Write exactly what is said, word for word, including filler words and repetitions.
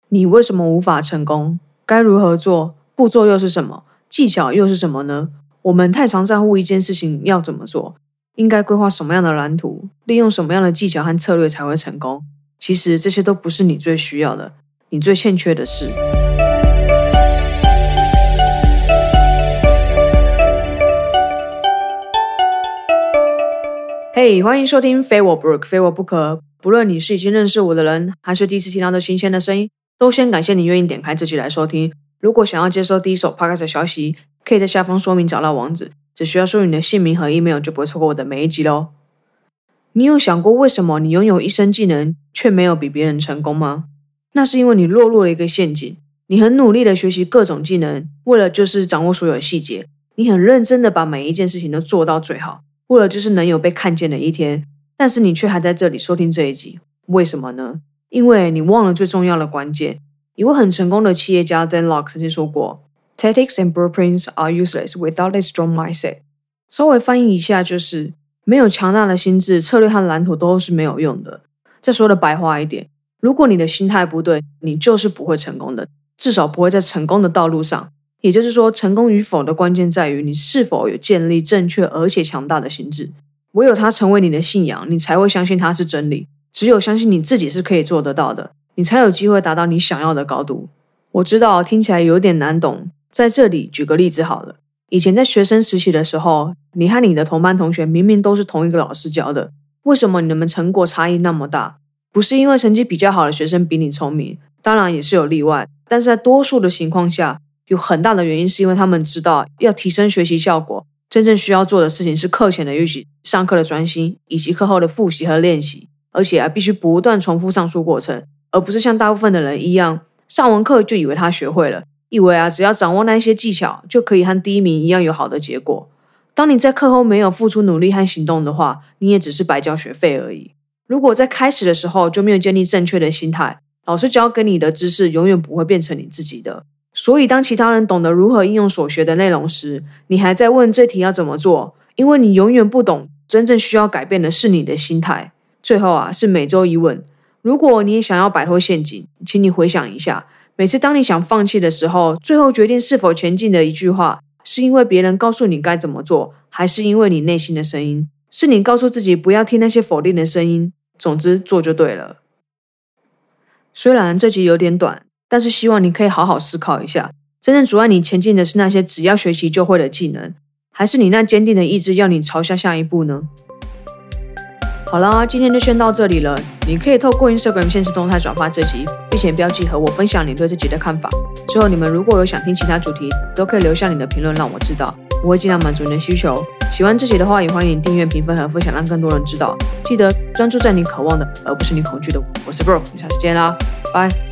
你为什么无法成功？该如何做？步骤又是什么？技巧又是什么呢？我们太常在乎一件事情要怎么做，应该规划什么样的蓝图，利用什么样的技巧和策略才会成功。其实这些都不是你最需要的，你最欠缺的是。嘿、hey, 欢迎收听非我不可，非我不可。不论你是已经认识我的人，还是第一次听到这新鲜的声音，都先感谢你愿意点开这集来收听。如果想要接收第一手 Podcast 的消息，可以在下方说明找到网址，只需要输入你的姓名和 email 就不会错过我的每一集咯。你有想过为什么你拥有一身技能却没有比别人成功吗？那是因为你落入了一个陷阱。你很努力的学习各种技能，为了就是掌握所有细节，你很认真的把每一件事情都做到最好，为了就是能有被看见的一天，但是你却还在这里收听这一集，为什么呢？因为你忘了最重要的关键。一位很成功的企业家 Dan Lok 曾经说过 Tactics and blueprints are useless without a strong mindset。 稍微翻译一下就是没有强大的心智，策略和蓝图都是没有用的。再说的白话一点，如果你的心态不对，你就是不会成功的，至少不会在成功的道路上。也就是说，成功与否的关键在于你是否有建立正确而且强大的心智。唯有它成为你的信仰，你才会相信它是真理。只有相信你自己是可以做得到的，你才有机会达到你想要的高度。我知道听起来有点难懂，在这里举个例子好了。以前在学生时期的时候，你和你的同班同学明明都是同一个老师教的，为什么你们成果差异那么大？不是因为成绩比较好的学生比你聪明，当然也是有例外，但是在多数的情况下，有很大的原因是因为他们知道要提升学习效果，真正需要做的事情是课前的预习、上课的专心，以及课后的复习和练习，而且啊必须不断重复上述过程，而不是像大部分的人一样，上完课就以为他学会了，以为啊只要掌握那些技巧就可以和第一名一样有好的结果。当你在课后没有付出努力和行动的话，你也只是白交学费而已。如果在开始的时候就没有建立正确的心态，老师教给你的知识永远不会变成你自己的。所以当其他人懂得如何应用所学的内容时，你还在问这题要怎么做，因为你永远不懂，真正需要改变的是你的心态。最后啊，是每周一问，如果你也想要摆脱陷阱，请你回想一下，每次当你想放弃的时候，最后决定是否前进的一句话，是因为别人告诉你该怎么做，还是因为你内心的声音？是你告诉自己不要听那些否定的声音，总之做就对了。虽然这集有点短，但是希望你可以好好思考一下，真正阻碍你前进的是那些只要学习就会的技能，还是你那坚定的意志要你朝向下一步呢？好啦，今天就先到这里了。你可以透过 Instagram 限时动态转发这集，并且标记和我分享你对这集的看法。之后你们如果有想听其他主题，都可以留下你的评论让我知道，我会尽量满足你的需求。喜欢这集的话，也欢迎订阅、评分和分享，让更多人知道。记得专注在你渴望的，而不是你恐惧的。我是 Bro， 我们下次见啦，拜。